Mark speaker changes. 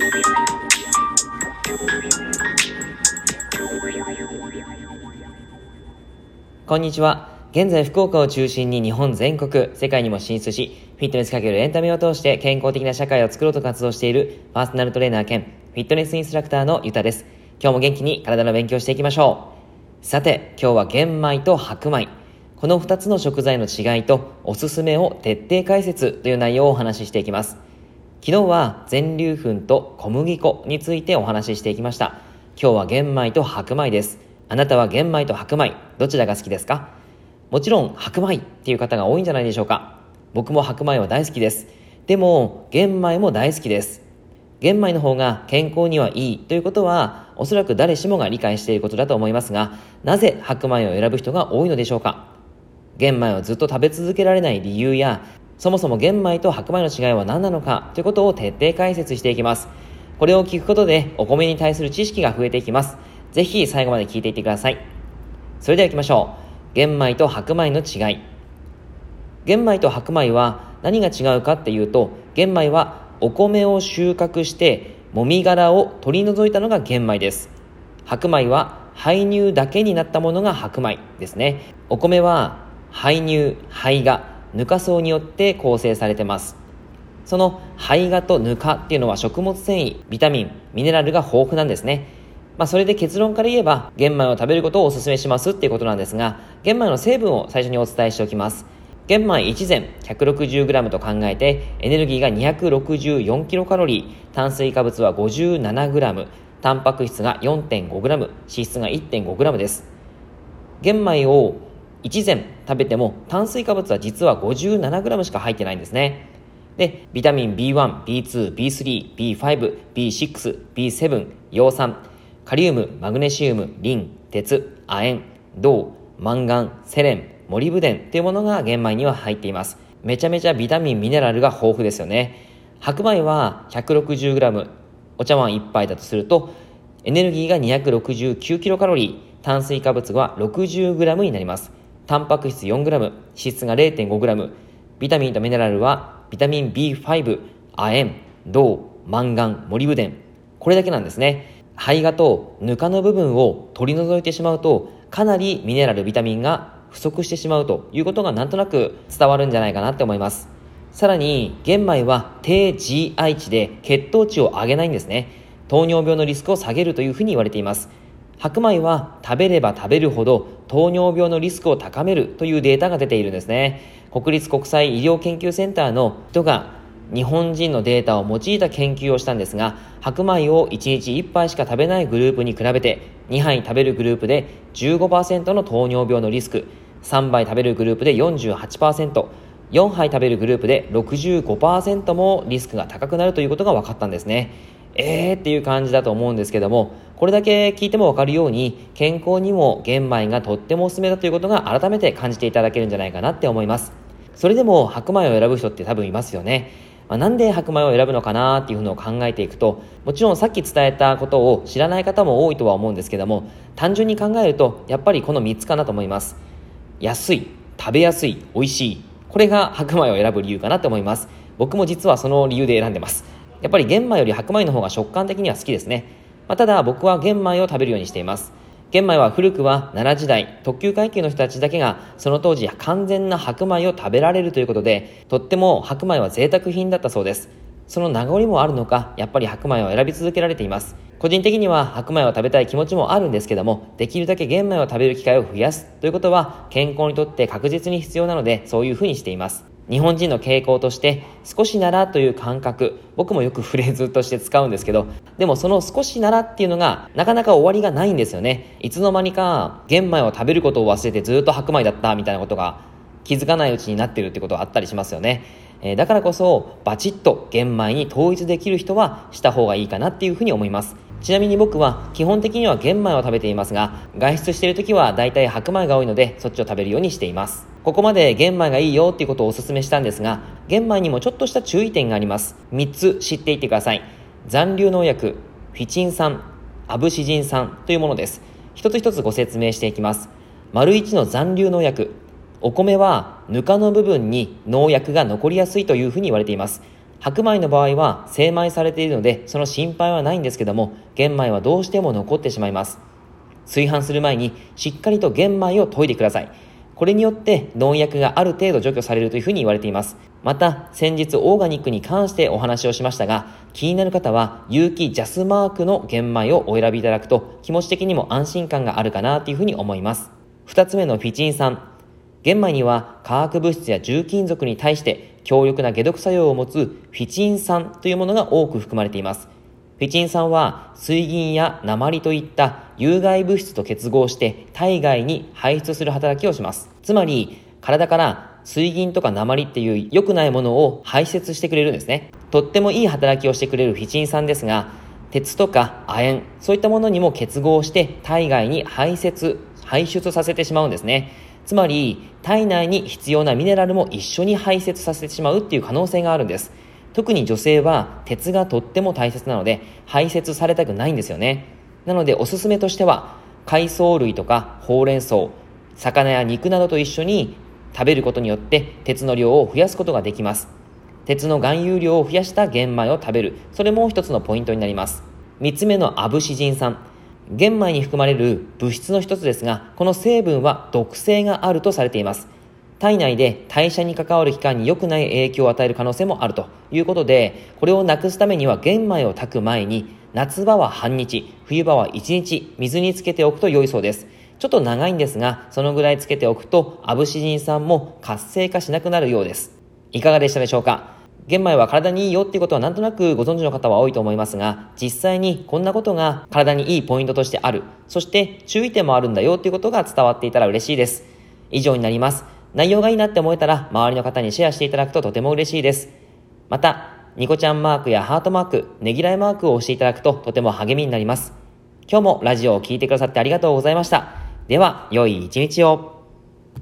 Speaker 1: こんにちは。現在福岡を中心に日本全国、世界にも進出し、フィットネス×エンタメを通して健康的な社会を作ろうと活動しているパーソナルトレーナー兼フィットネスインストラクターのゆたです。今日も元気に体の勉強していきましょう。さて、今日は玄米と白米、この2つの食材の違いとおすすめを徹底解説という内容をお話ししていきます。昨日は全粒粉と小麦粉についてお話ししていきました。今日は玄米と白米です。あなたは玄米と白米、どちらが好きですか？もちろん白米っていう方が多いんじゃないでしょうか。僕も白米は大好きです。でも玄米も大好きです。玄米の方が健康にはいいということはおそらく誰しもが理解していることだと思いますが、なぜ白米を選ぶ人が多いのでしょうか。玄米をずっと食べ続けられない理由や、そもそも玄米と白米の違いは何なのかということを徹底解説していきます。これを聞くことでお米に対する知識が増えていきます。ぜひ最後まで聞いていってください。それでは行きましょう。玄米と白米の違い。玄米と白米は何が違うかっていうと、玄米はお米を収穫してもみ殻を取り除いたのが玄米です。白米は胚乳だけになったものが白米ですね。お米は胚乳、胚芽、ぬか層によって構成されています。その胚芽とぬかっていうのは食物繊維、ビタミン、ミネラルが豊富なんですね。それで結論から言えば玄米を食べることをお勧めしますっていうことなんですが、玄米の成分を最初にお伝えしておきます。玄米1膳 160g と考えて、エネルギーが 264kcal、炭水化物は 57g、タンパク質が 4.5g、脂質が 1.5g です。玄米を1膳食べても炭水化物は実は 57g しか入ってないんですね。で、ビタミン B1、B2、B3、B5、B6、B7、葉酸、カリウム、マグネシウム、リン、鉄、亜鉛、銅、マンガン、セレン、モリブデンというものが玄米には入っています。めちゃめちゃビタミン、ミネラルが豊富ですよね。白米は 160g、お茶碗1杯だとするとエネルギーが 269kcal、炭水化物は 60g になります。タンパク質 4g、脂質が 0.5g、ビタミンとミネラルはビタミン B5、亜鉛、銅、マンガン、モリブデン、これだけなんですね。胚芽とぬかの部分を取り除いてしまうと、かなりミネラル、ビタミンが不足してしまうということがなんとなく伝わるんじゃないかなって思います。さらに玄米は低 GI 値で血糖値を上げないんですね。糖尿病のリスクを下げるというふうに言われています。白米は食べれば食べるほど糖尿病のリスクを高めるというデータが出ているんですね。国立国際医療研究センターの人が日本人のデータを用いた研究をしたんですが、白米を1日1杯しか食べないグループに比べて2杯食べるグループで 15% の糖尿病のリスク、3杯食べるグループで 48%、4杯食べるグループで 65% もリスクが高くなるということが分かったんですね。っていう感じだと思うんですけども、これだけ聞いても分かるように健康にも玄米がとってもおすすめだということが改めて感じていただけるんじゃないかなって思います。それでも白米を選ぶ人って多分いますよね。なんで白米を選ぶのかなっていうのを考えていくと、もちろんさっき伝えたことを知らない方も多いとは思うんですけども、単純に考えるとやっぱりこの3つかなと思います。安い、食べやすい、美味しい、これが白米を選ぶ理由かなと思います。僕も実はその理由で選んでます。やっぱり玄米より白米の方が食感的には好きですね。ただ僕は玄米を食べるようにしています。玄米は古くは奈良時代、特級階級の人たちだけがその当時完全な白米を食べられるということで、とっても白米は贅沢品だったそうです。その名残もあるのか、やっぱり白米を選び続けられています。個人的には白米を食べたい気持ちもあるんですけども、できるだけ玄米を食べる機会を増やすということは健康にとって確実に必要なので、そういうふうにしています。日本人の傾向として少しならという感覚、僕もよくフレーズとして使うんですけど、でもその少しならっていうのがなかなか終わりがないんですよね。いつの間にか玄米を食べることを忘れてずっと白米だったみたいなことが気づかないうちになってるってことがあったりしますよね。だからこそバチッと玄米に統一できる人はした方がいいかなっていうふうに思います。ちなみに僕は基本的には玄米を食べていますが、外出している時はだいたい白米が多いのでそっちを食べるようにしています。ここまで玄米がいいよっていうことをお勧めしたんですが、玄米にもちょっとした注意点があります。3つ知っていってください。残留農薬、フィチン酸、アブシジン酸というものです。一つ一つご説明していきます。丸1の残留農薬、お米はぬかの部分に農薬が残りやすいというふうに言われています。 白米の場合は精米されているのでその心配はないんですけども、玄米はどうしても残ってしまいます。炊飯する前にしっかりと玄米を研いでください。これによって農薬がある程度除去されるというふうに言われています。また先日オーガニックに関してお話をしましたが、気になる方は有機ジャスマークの玄米をお選びいただくと気持ち的にも安心感があるかなというふうに思います。2つ目のフィチン酸。玄米には化学物質や重金属に対して強力な解毒作用を持つフィチン酸というものが多く含まれています。フィチン酸は水銀や鉛といった有害物質と結合して体外に排出する働きをします。つまり体から水銀とか鉛っていう良くないものを排泄してくれるんですね。とってもいい働きをしてくれるフィチン酸ですが、鉄とか亜鉛、そういったものにも結合して体外に排出させてしまうんですね。つまり体内に必要なミネラルも一緒に排泄させてしまうっていう可能性があるんです。特に女性は鉄がとっても大切なので排泄されたくないんですよね。なのでおすすめとしては海藻類とかほうれん草、魚や肉などと一緒に食べることによって鉄の量を増やすことができます。鉄の含有量を増やした玄米を食べる、それも一つのポイントになります。3つ目のアブシジン酸。玄米に含まれる物質の一つですが、この成分は毒性があるとされています。体内で代謝に関わる器官に良くない影響を与える可能性もあるということで、これをなくすためには玄米を炊く前に夏場は半日、冬場は1日水につけておくと良いそうです。ちょっと長いんですが、そのぐらいつけておくとアブシジン酸も活性化しなくなるようです。いかがでしたでしょうか。玄米は体にいいよっていうことはなんとなくご存知の方は多いと思いますが、実際にこんなことが体にいいポイントとしてある、そして注意点もあるんだよっていうことが伝わっていたら嬉しいです。以上になります。内容がいいなって思えたら周りの方にシェアしていただくととても嬉しいです。またニコちゃんマークやハートマーク、ねぎらいマークを押していただくととても励みになります。今日もラジオを聞いてくださってありがとうございました。では良い一日を。